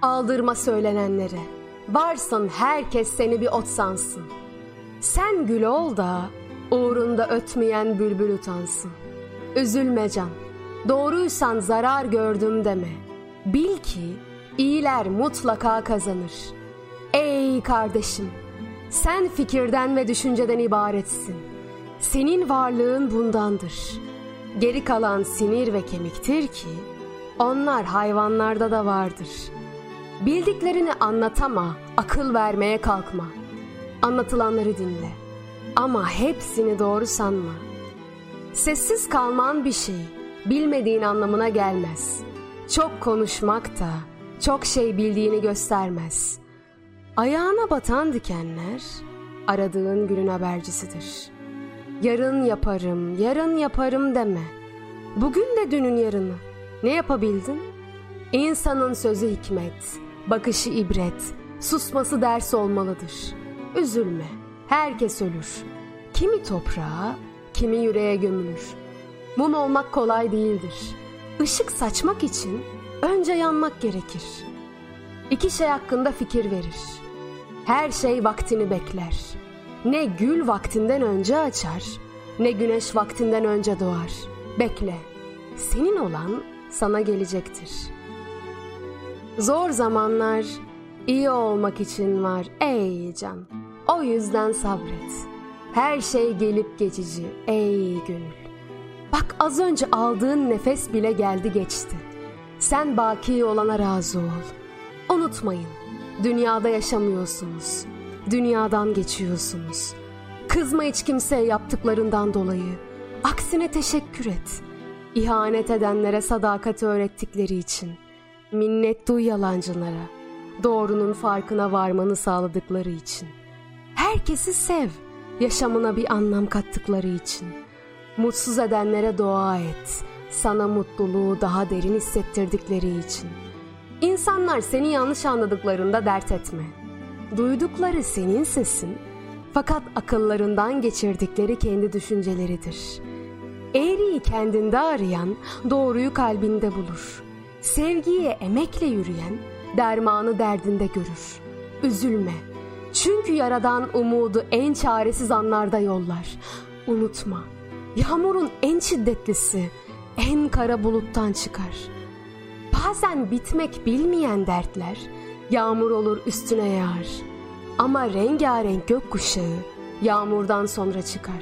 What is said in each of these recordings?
Aldırma söylenenlere. Varsın herkes seni bir ot sansın. Sen gül ol da uğrunda ötmeyen bülbül utansın. Üzülme can, doğruysan zarar gördüm deme. Bil ki iyiler mutlaka kazanır. Ey kardeşim, sen fikirden ve düşünceden ibaretsin. Senin varlığın bundandır. Geri kalan sinir ve kemiktir ki onlar hayvanlarda da vardır. Bildiklerini anlatama, akıl vermeye kalkma. Anlatılanları dinle ama hepsini doğru sanma. Sessiz kalman bir şey bilmediğin anlamına gelmez. Çok konuşmak da çok şey bildiğini göstermez. Ayağına batan dikenler aradığın günün habercisidir. Yarın yaparım, yarın yaparım deme. Bugün de dünün yarını. Ne yapabildin? İnsanın sözü hikmet, bakışı ibret, susması ders olmalıdır. Üzülme, herkes ölür. Kimi toprağa, kimi yüreğe gömülür. Mum olmak kolay değildir. Işık saçmak için önce yanmak gerekir. İki şey hakkında fikir verir. Her şey vaktini bekler. Ne gül vaktinden önce açar, ne güneş vaktinden önce doğar. Bekle, senin olan sana gelecektir. Zor zamanlar iyi olmak için var ey can. O yüzden sabret. Her şey gelip geçici ey gönül. Bak az önce aldığın nefes bile geldi geçti. Sen baki olana razı ol. Unutmayın, dünyada yaşamıyorsunuz. Dünyadan geçiyorsunuz. Kızma hiç kimseye yaptıklarından dolayı. Aksine teşekkür et. İhanet edenlere sadakati öğrettikleri için. Minnet duy yalancılara. Doğrunun farkına varmanı sağladıkları için. Herkesi sev. Yaşamına bir anlam kattıkları için. Mutsuz edenlere dua et. Sana mutluluğu daha derin hissettirdikleri için. İnsanlar seni yanlış anladıklarında dert etme. Duydukları senin sesin, fakat akıllarından geçirdikleri kendi düşünceleridir. Eğriyi kendinde arayan doğruyu kalbinde bulur. Sevgiye emekle yürüyen dermanı derdinde görür. Üzülme, çünkü Yaradan umudu en çaresiz anlarda yollar. Unutma, yağmurun en şiddetlisi en kara buluttan çıkar. Bazen bitmek bilmeyen dertler yağmur olur üstüne yağar. Ama rengarenk gökkuşağı yağmurdan sonra çıkar.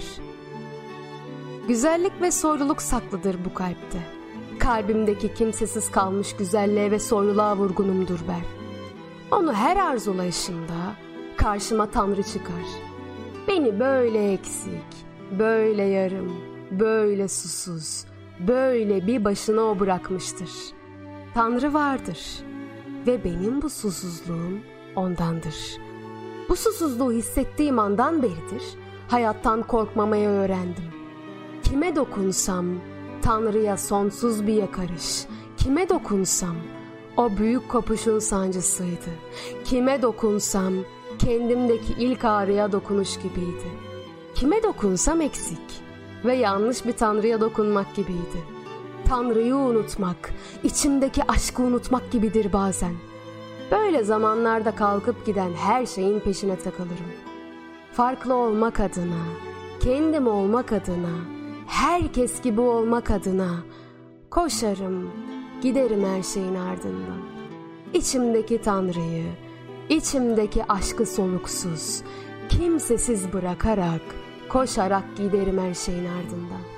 Güzellik ve soyluluk saklıdır bu kalpte. Kalbimdeki kimsesiz kalmış güzelliğe ve soyluluğa vurgunumdur ben. Onu her arzulayışımda karşıma Tanrı çıkar. Beni böyle eksik, böyle yarım, böyle susuz, böyle bir başına o bırakmıştır. Tanrı vardır ve benim bu susuzluğum ondandır. Bu susuzluğu hissettiğim andan beridir hayattan korkmamayı öğrendim. Kime dokunsam Tanrı'ya sonsuz bir yakarış. Kime dokunsam o büyük kopuşun sancısıydı. Kime dokunsam kendimdeki ilk ağrıya dokunuş gibiydi. Kime dokunsam eksik ve yanlış bir Tanrı'ya dokunmak gibiydi. Tanrı'yı unutmak, içimdeki aşkı unutmak gibidir bazen. Böyle zamanlarda kalkıp giden her şeyin peşine takılırım. Farklı olmak adına, kendim olmak adına, herkes gibi olmak adına koşarım, giderim her şeyin ardından. İçimdeki Tanrı'yı, içimdeki aşkı soluksuz, kimsesiz bırakarak, koşarak giderim her şeyin ardından.